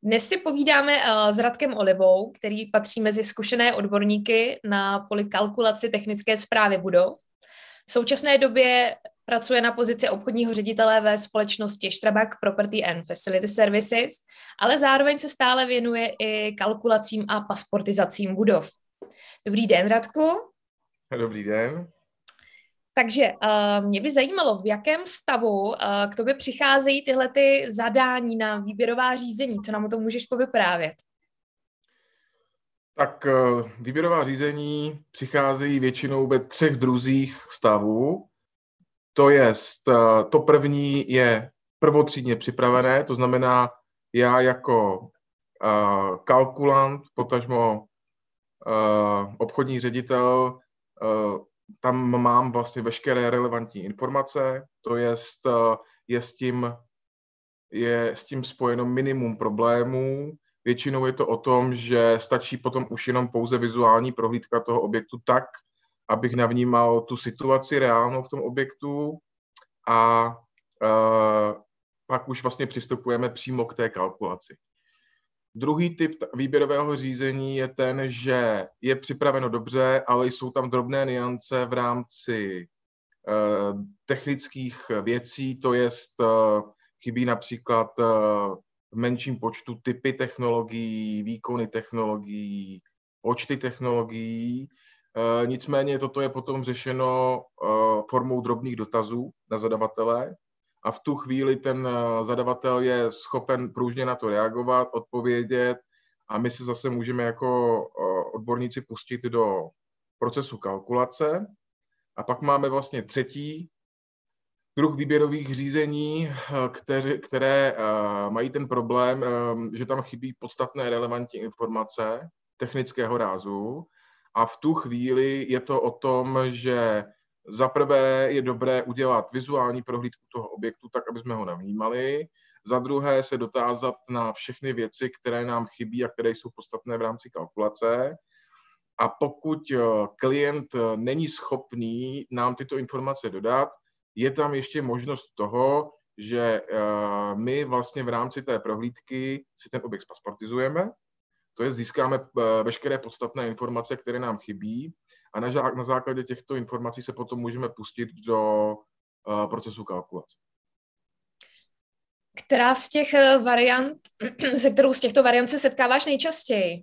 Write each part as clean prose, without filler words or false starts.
Dnes si povídáme s Radkem Olivou, který patří mezi zkušené odborníky na poli kalkulaci technické správy budov. V současné době pracuje na pozici obchodního ředitele ve společnosti Strabag Property and Facility Services, ale zároveň se stále věnuje i kalkulacím a pasportizacím budov. Dobrý den, Radku. Dobrý den. Takže mě by zajímalo, v jakém stavu k tobě přicházejí tyhle ty zadání na výběrová řízení. Co nám o tom můžeš povyprávět? Tak výběrová řízení přicházejí většinou ve 3 druzích stavů. To první je prvotřídně připravené, to znamená já jako kalkulant, potažmo obchodní ředitel, tam mám vlastně veškeré relevantní informace, je s tím spojeno minimum problémů. Většinou je to o tom, že stačí potom už jenom pouze vizuální prohlídka toho objektu tak, abych navnímal tu situaci reálnou v tom objektu a pak už vlastně přistupujeme přímo k té kalkulaci. Druhý typ výběrového řízení je ten, že je připraveno dobře, ale jsou tam drobné nuance v rámci technických věcí, to jest chybí například v menším počtu typy technologií, výkony technologií, počty technologií. Nicméně toto je potom řešeno formou drobných dotazů na zadavatele a v tu chvíli ten zadavatel je schopen pružně na to reagovat, odpovědět a my se zase můžeme jako odborníci pustit do procesu kalkulace. A pak máme vlastně třetí druh výběrových řízení, které mají ten problém, že tam chybí podstatné relevantní informace technického rázu. A v tu chvíli je to o tom, že za prvé je dobré udělat vizuální prohlídku toho objektu tak, aby jsme ho navnímali. Za druhé se dotázat na všechny věci, které nám chybí a které jsou podstatné v rámci kalkulace. A pokud klient není schopný nám tyto informace dodat, je tam ještě možnost toho, že my vlastně v rámci té prohlídky si ten objekt pasportizujeme, to je získáme veškeré podstatné informace, které nám chybí a na základě těchto informací se potom můžeme pustit do procesu kalkulace. Která z těch variant, se kterou z těchto variant se setkáváš nejčastěji?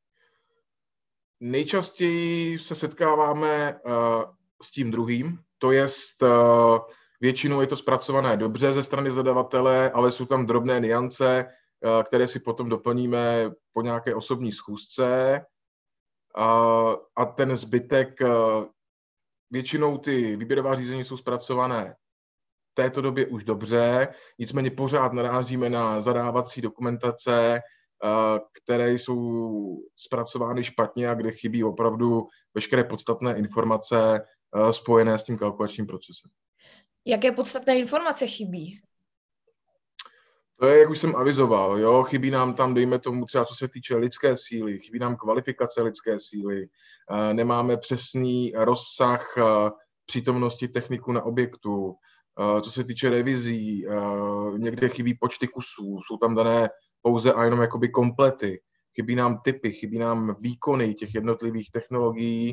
Nejčastěji se setkáváme s tím druhým, to jest většinou je to zpracované dobře ze strany zadavatele, ale jsou tam drobné nuance, které si potom doplníme po nějaké osobní schůzce a ten zbytek, většinou ty výběrová řízení jsou zpracované v této době už dobře, nicméně pořád narážíme na zadávací dokumentace, které jsou zpracovány špatně a kde chybí opravdu veškeré podstatné informace spojené s tím kalkulačním procesem. Jaké podstatné informace chybí? To je, jak už jsem avizoval, jo? Chybí nám tam, dejme tomu třeba, co se týče lidské síly, chybí nám kvalifikace lidské síly, nemáme přesný rozsah přítomnosti techniků na objektu, co se týče revizí, někde chybí počty kusů, jsou tam dané pouze a jenom jakoby komplety, chybí nám typy, chybí nám výkony těch jednotlivých technologií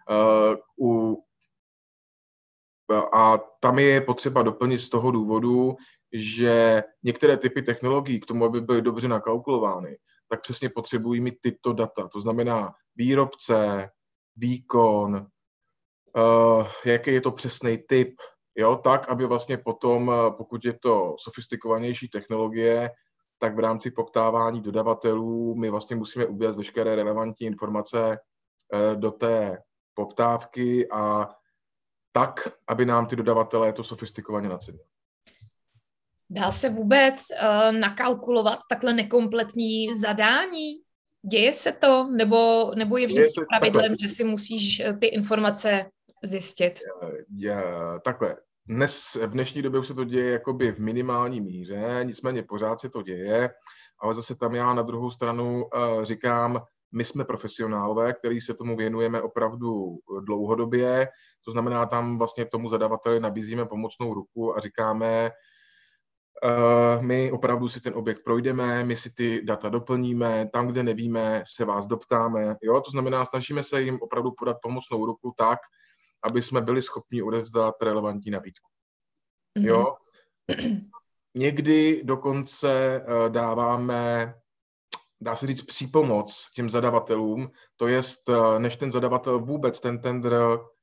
a tam je potřeba doplnit z toho důvodu, že některé typy technologií k tomu, aby byly dobře nakalkulovány, tak přesně potřebují mít tyto data. To znamená výrobce, výkon, jaký je to přesný typ, jo, tak, aby vlastně potom, pokud je to sofistikovanější technologie, tak v rámci poptávání dodavatelů my vlastně musíme uvést veškeré relevantní informace do té poptávky a tak, aby nám ty dodavatelé to sofistikovaně nacenili. Dá se vůbec nakalkulovat takhle nekompletní zadání? Děje se to? Nebo je vždycky pravidlem, že si musíš ty informace zjistit? Takhle. V dnešní době už se to děje jakoby v minimální míře, nicméně pořád se to děje, ale zase tam já na druhou stranu říkám, my jsme profesionálové, kteří se tomu věnujeme opravdu dlouhodobě, to znamená, tam vlastně tomu zadavateli nabízíme pomocnou ruku a říkáme, My opravdu si ten objekt projdeme, my si ty data doplníme, tam, kde nevíme, se vás doptáme. Jo? To znamená, snažíme se jim opravdu podat pomocnou ruku tak, aby jsme byli schopni odevzdat relevantní nabídku. Jo? Někdy dokonce dáváme, dá se říct, přípomoc těm zadavatelům, to jest, než ten zadavatel vůbec ten tendr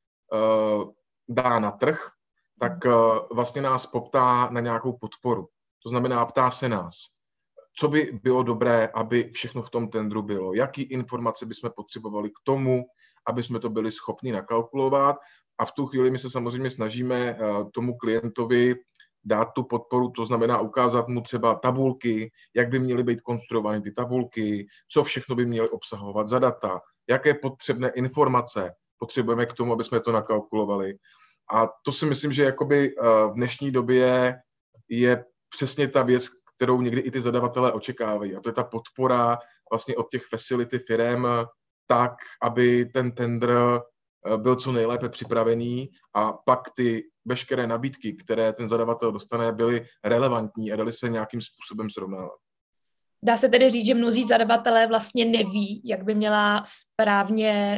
dá na trh, tak vlastně nás poptá na nějakou podporu. To znamená, ptá se nás, co by bylo dobré, aby všechno v tom tendru bylo, jaký informace bychom potřebovali k tomu, aby jsme to byli schopni nakalkulovat, a v tu chvíli my se samozřejmě snažíme tomu klientovi dát tu podporu, to znamená ukázat mu třeba tabulky, jak by měly být konstruovány ty tabulky, co všechno by měly obsahovat za data, jaké potřebné informace potřebujeme k tomu, aby jsme to nakalkulovali. A to si myslím, že jakoby v dnešní době je přesně ta věc, kterou někdy i ty zadavatelé očekávají. A to je ta podpora vlastně od těch facility firem tak, aby ten tendr byl co nejlépe připravený a pak ty veškeré nabídky, které ten zadavatel dostane, byly relevantní a daly se nějakým způsobem srovnávat. Dá se tedy říct, že mnozí zadavatelé vlastně neví, jak by měla správně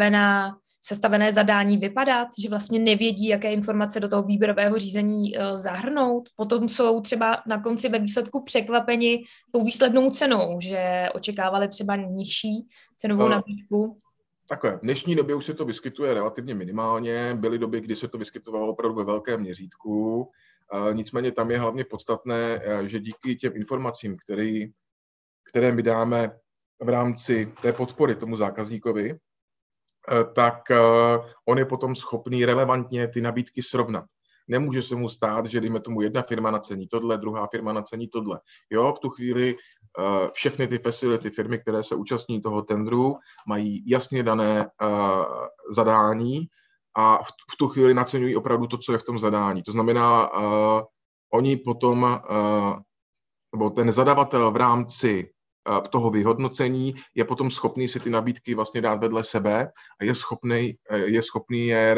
sestavené zadání vypadat, že vlastně nevědí, jaké informace do toho výběrového řízení zahrnout. Potom jsou třeba na konci ve výsledku překvapeni tou výslednou cenou, že očekávali třeba nižší cenovou nabídku. Takhle, v dnešní době už se to vyskytuje relativně minimálně, byly doby, kdy se to vyskytovalo opravdu ve velkém měřítku, nicméně tam je hlavně podstatné, že díky těm informacím, které my dáme v rámci té podpory tomu zákazníkovi, tak on je potom schopný relevantně ty nabídky srovnat. Nemůže se mu stát, že dejme tomu jedna firma nacení tohle, druhá firma nacení tohle. Jo, v tu chvíli všechny ty facility firmy, které se účastní toho tendru, mají jasně dané zadání a v tu chvíli naceňují opravdu to, co je v tom zadání. To znamená, oni potom, nebo ten zadavatel v rámci toho vyhodnocení je potom schopný si ty nabídky vlastně dát vedle sebe a je schopný je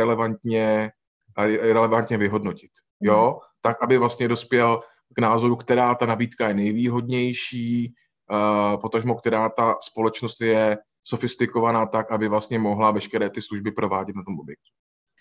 relevantně vyhodnotit. Jo? Tak, aby vlastně dospěl k názoru, která ta nabídka je nejvýhodnější, potažmo která ta společnost je sofistikovaná tak, aby vlastně mohla veškeré ty služby provádět na tom objektu.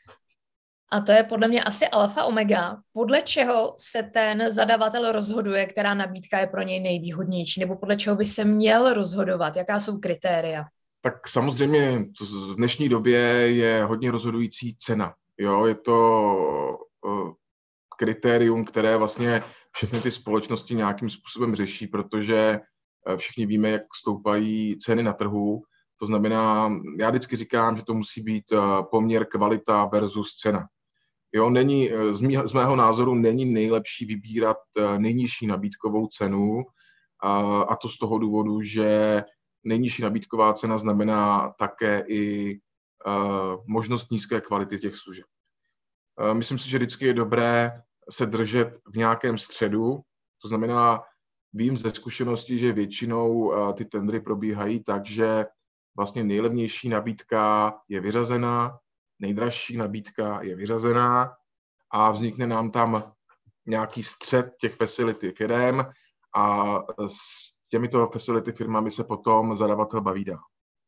A to je podle mě asi alfa omega. Podle čeho se ten zadavatel rozhoduje, která nabídka je pro něj nejvýhodnější, nebo podle čeho by se měl rozhodovat? Jaká jsou kritéria? Tak samozřejmě v dnešní době je hodně rozhodující cena. Jo, je to kritérium, které vlastně všechny ty společnosti nějakým způsobem řeší, protože všichni víme, jak stoupají ceny na trhu. To znamená, já vždycky říkám, že to musí být poměr kvalita versus cena. Jo, z mého názoru není nejlepší vybírat nejnižší nabídkovou cenu, a to z toho důvodu, že nejnižší nabídková cena znamená také i možnost nízké kvality těch služeb. Myslím si, že vždycky je dobré se držet v nějakém středu, to znamená, vím ze zkušenosti, že většinou ty tendry probíhají tak, že vlastně nejlevnější nabídka je vyřazena, nejdražší nabídka je vyřazená a vznikne nám tam nějaký střed těch facility firem a s těmito facility firmami se potom zadavatel baví dál.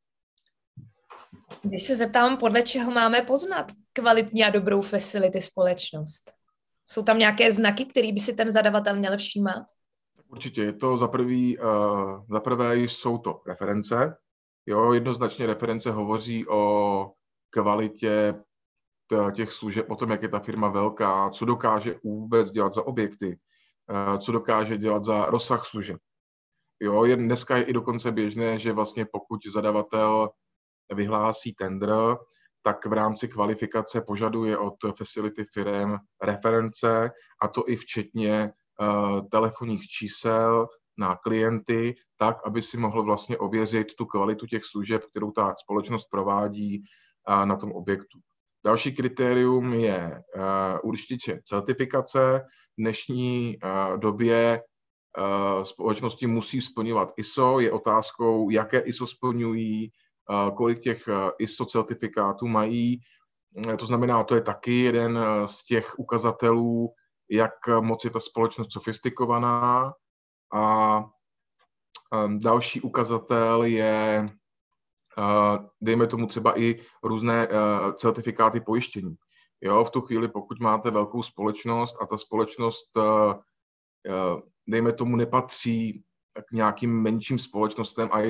Když se zeptám, podle čeho máme poznat kvalitní a dobrou facility společnost? Jsou tam nějaké znaky, které by si ten zadavatel měl všímat? Určitě, je to za prvé jsou to reference. Jo, jednoznačně reference hovoří o kvalitě těch služeb, o tom, jak je ta firma velká, co dokáže vůbec dělat za objekty, co dokáže dělat za rozsah služeb. Jo, dneska je i dokonce běžné, že vlastně pokud zadavatel vyhlásí tendr, tak v rámci kvalifikace požaduje od facility firem reference, a to i včetně telefonních čísel na klienty, tak, aby si mohl vlastně ověřit tu kvalitu těch služeb, kterou ta společnost provádí na tom objektu. Další kritérium je určitě certifikace. V dnešní době společnosti musí splňovat ISO. Je otázkou, jaké ISO splňují, kolik těch ISO certifikátů mají. To znamená, to je taky jeden z těch ukazatelů, jak moc je ta společnost sofistikovaná. A další ukazatel je, dejme tomu třeba i různé certifikáty pojištění. Jo, v tu chvíli, pokud máte velkou společnost a ta společnost, dejme tomu, nepatří k nějakým menším společnostem a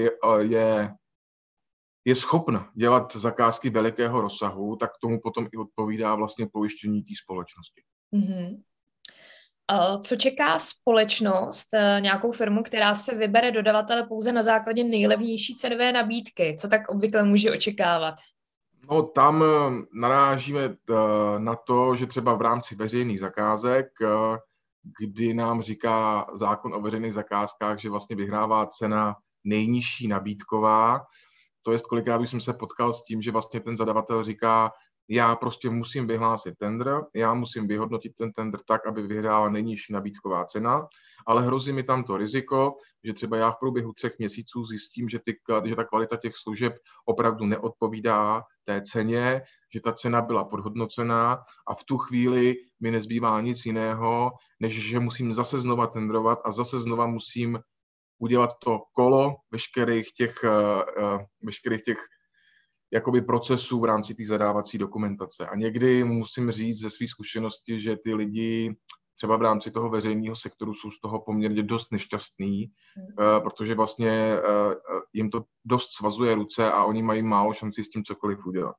je schopna dělat zakázky velikého rozsahu, tak tomu potom i odpovídá vlastně pojištění té společnosti. Mm-hmm. Co čeká společnost, nějakou firmu, která se vybere dodavatele pouze na základě nejlevnější cenové nabídky? Co tak obvykle může očekávat? No, tam narážíme na to, že třeba v rámci veřejných zakázek, kdy nám říká zákon o veřejných zakázkách, že vlastně vyhrává cena nejnižší nabídková. To jest, kolikrát už jsem se potkal s tím, že vlastně ten zadavatel říká, já prostě musím vyhlásit tendr, já musím vyhodnotit ten tendr tak, aby vyhrála nejnižší nabídková cena, ale hrozí mi tam to riziko, že třeba já v průběhu 3 měsíců zjistím, že ta kvalita těch služeb opravdu neodpovídá té ceně, že ta cena byla podhodnocená a v tu chvíli mi nezbývá nic jiného, než že musím zase znova tendrovat a zase znova musím udělat to kolo veškerých těch jakoby procesů v rámci té zadávací dokumentace. A někdy musím říct ze své zkušenosti, že ty lidi třeba v rámci toho veřejného sektoru jsou z toho poměrně dost nešťastní, protože vlastně jim to dost svazuje ruce a oni mají málo šanci s tím cokoliv udělat.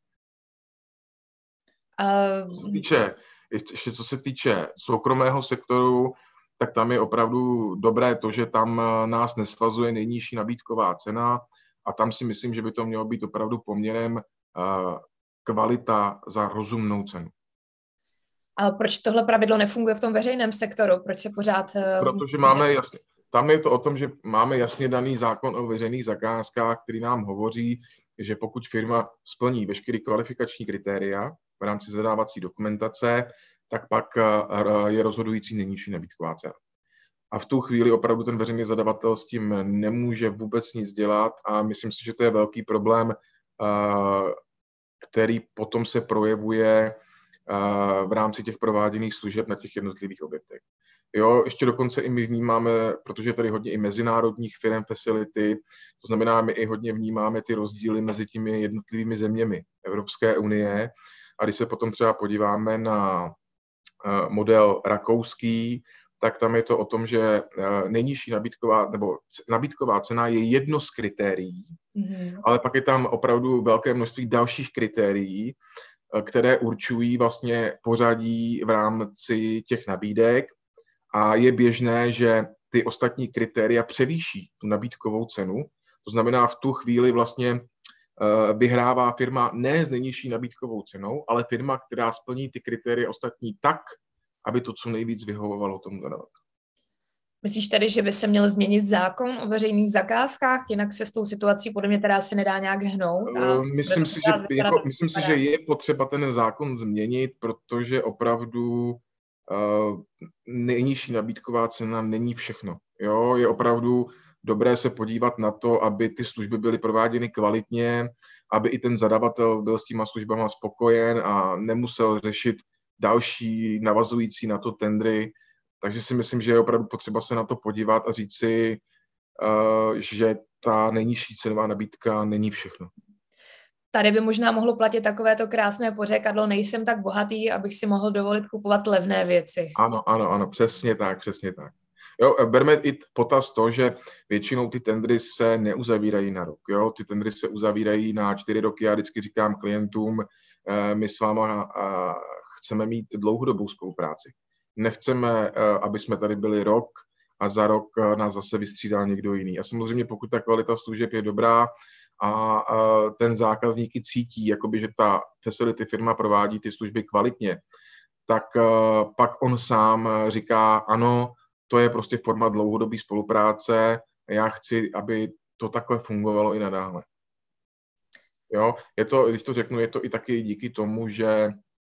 Co se týče soukromého sektoru, tak tam je opravdu dobré to, že tam nás nesvazuje nejnižší nabídková cena a tam si myslím, že by to mělo být opravdu poměrem kvalita za rozumnou cenu. A proč tohle pravidlo nefunguje v tom veřejném sektoru? Proč se pořád... Protože máme jasně, tam je to o tom, že máme jasně daný zákon o veřejných zakázkách, který nám hovoří, že pokud firma splní veškeré kvalifikační kritéria v rámci zadávací dokumentace, tak pak je rozhodující nejnižší nabídková cena. A v tu chvíli opravdu ten veřejný zadavatel s tím nemůže vůbec nic dělat a myslím si, že to je velký problém, který potom se projevuje v rámci těch prováděných služeb na těch jednotlivých objektech. Jo, ještě dokonce i my vnímáme, protože je tady hodně i mezinárodních firm facility, to znamená, my i hodně vnímáme ty rozdíly mezi těmi jednotlivými zeměmi Evropské unie a když se potom třeba podíváme na model rakouský, tak tam je to o tom, že nejnižší nabídková cena je jedno z kritérií, ale pak je tam opravdu velké množství dalších kritérií, které určují vlastně pořadí v rámci těch nabídek a je běžné, že ty ostatní kritéria převýší tu nabídkovou cenu. To znamená, v tu chvíli vlastně vyhrává firma ne s nejnižší nabídkovou cenou, ale firma, která splní ty kritéria ostatní tak, aby to co nejvíc vyhovovalo tomu zadavateli. Myslíš tedy, že by se měl změnit zákon o veřejných zakázkách, jinak se s tou situací podle mě teda se nedá nějak hnout? Myslím si, že je potřeba ten zákon změnit, protože opravdu nejnižší nabídková cena není všechno. Jo? Je opravdu dobré se podívat na to, aby ty služby byly prováděny kvalitně, aby i ten zadavatel byl s těma službama spokojen a nemusel řešit další navazující na to tendry. Takže si myslím, že je opravdu potřeba se na to podívat a říct si, že ta nejnižší cenová nabídka není všechno. Tady by možná mohlo platit takovéto krásné pořekadlo, nejsem tak bohatý, abych si mohl dovolit kupovat levné věci. Ano, přesně tak. Jo, berme i potaz to, že většinou ty tendry se neuzavírají na rok. Jo? Ty tendry se uzavírají na 4 roky. Já vždycky říkám klientům, my s váma chceme mít dlouhodobou spolupráci. Nechceme, aby jsme tady byli rok a za rok nás zase vystřídal někdo jiný. A samozřejmě pokud ta kvalita služeb je dobrá a ten zákazník cítí, jakoby, že ta facility firma provádí ty služby kvalitně, tak pak on sám říká, ano, to je prostě forma dlouhodobé spolupráce a já chci, aby to takhle fungovalo i nadále. Jo, když to řeknu, je to i taky díky tomu, že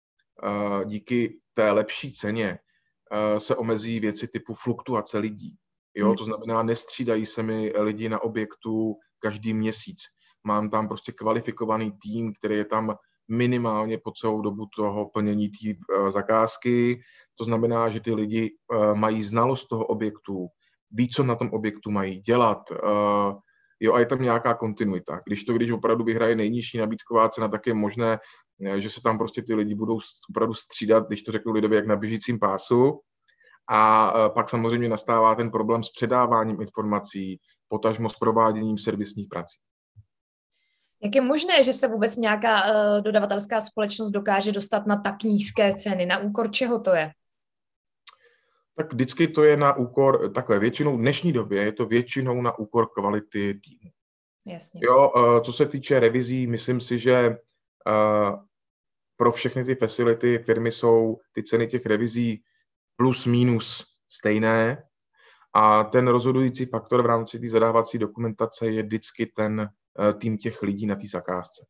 díky té lepší ceně se omezí věci typu fluktuace lidí. Jo, to znamená, nestřídají se mi lidi na objektu každý měsíc. Mám tam prostě kvalifikovaný tým, který je tam minimálně po celou dobu toho plnění té zakázky. To znamená, že ty lidi mají znalost toho objektu, ví, co na tom objektu mají dělat, jo, a je tam nějaká kontinuita. Když opravdu vyhraje nejnižší nabídková cena, tak je možné, že se tam prostě ty lidi budou opravdu střídat, když to řeknu lidově, jak na běžícím pásu. A pak samozřejmě nastává ten problém s předáváním informací, potažmo s prováděním servisních prací. Jak je možné, že se vůbec nějaká dodavatelská společnost dokáže dostat na tak nízké ceny? Na úkor čeho to je? Tak vždycky to je na úkor, takové většinou v dnešní době je to většinou na úkor kvality týmu. Jasně. Jo, co se týče revizí, myslím si, že pro všechny ty facility firmy jsou ty ceny těch revizí plus minus stejné a ten rozhodující faktor v rámci té zadávací dokumentace je vždycky ten tým těch lidí na té zakázce.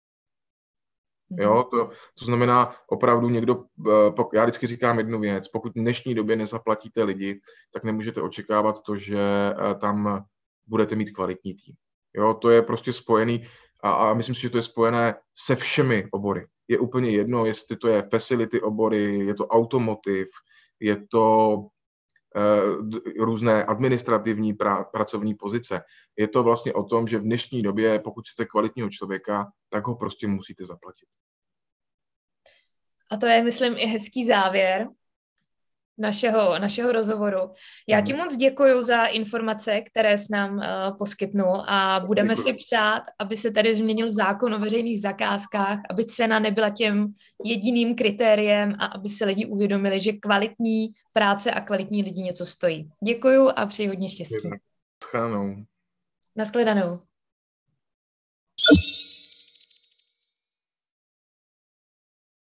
Jo, to znamená opravdu někdo, já vždycky říkám jednu věc, pokud v dnešní době nezaplatíte lidi, tak nemůžete očekávat to, že tam budete mít kvalitní tým. Jo, to je prostě spojený a myslím si, že to je spojené se všemi obory. Je úplně jedno, jestli to je facility obory, je to automotiv, je to různé administrativní pracovní pozice. Je to vlastně o tom, že v dnešní době, pokud jste kvalitního člověka, tak ho prostě musíte zaplatit. A to je, myslím, i hezký závěr našeho rozhovoru. Já ti moc děkuji za informace, které jsi nám poskytnul a budeme si přát, aby se tady změnil zákon o veřejných zakázkách, aby cena nebyla tím jediným kritériem a aby se lidi uvědomili, že kvalitní práce a kvalitní lidi něco stojí. Děkuji a přeji hodně štěstí. Naschledanou. Naschledanou.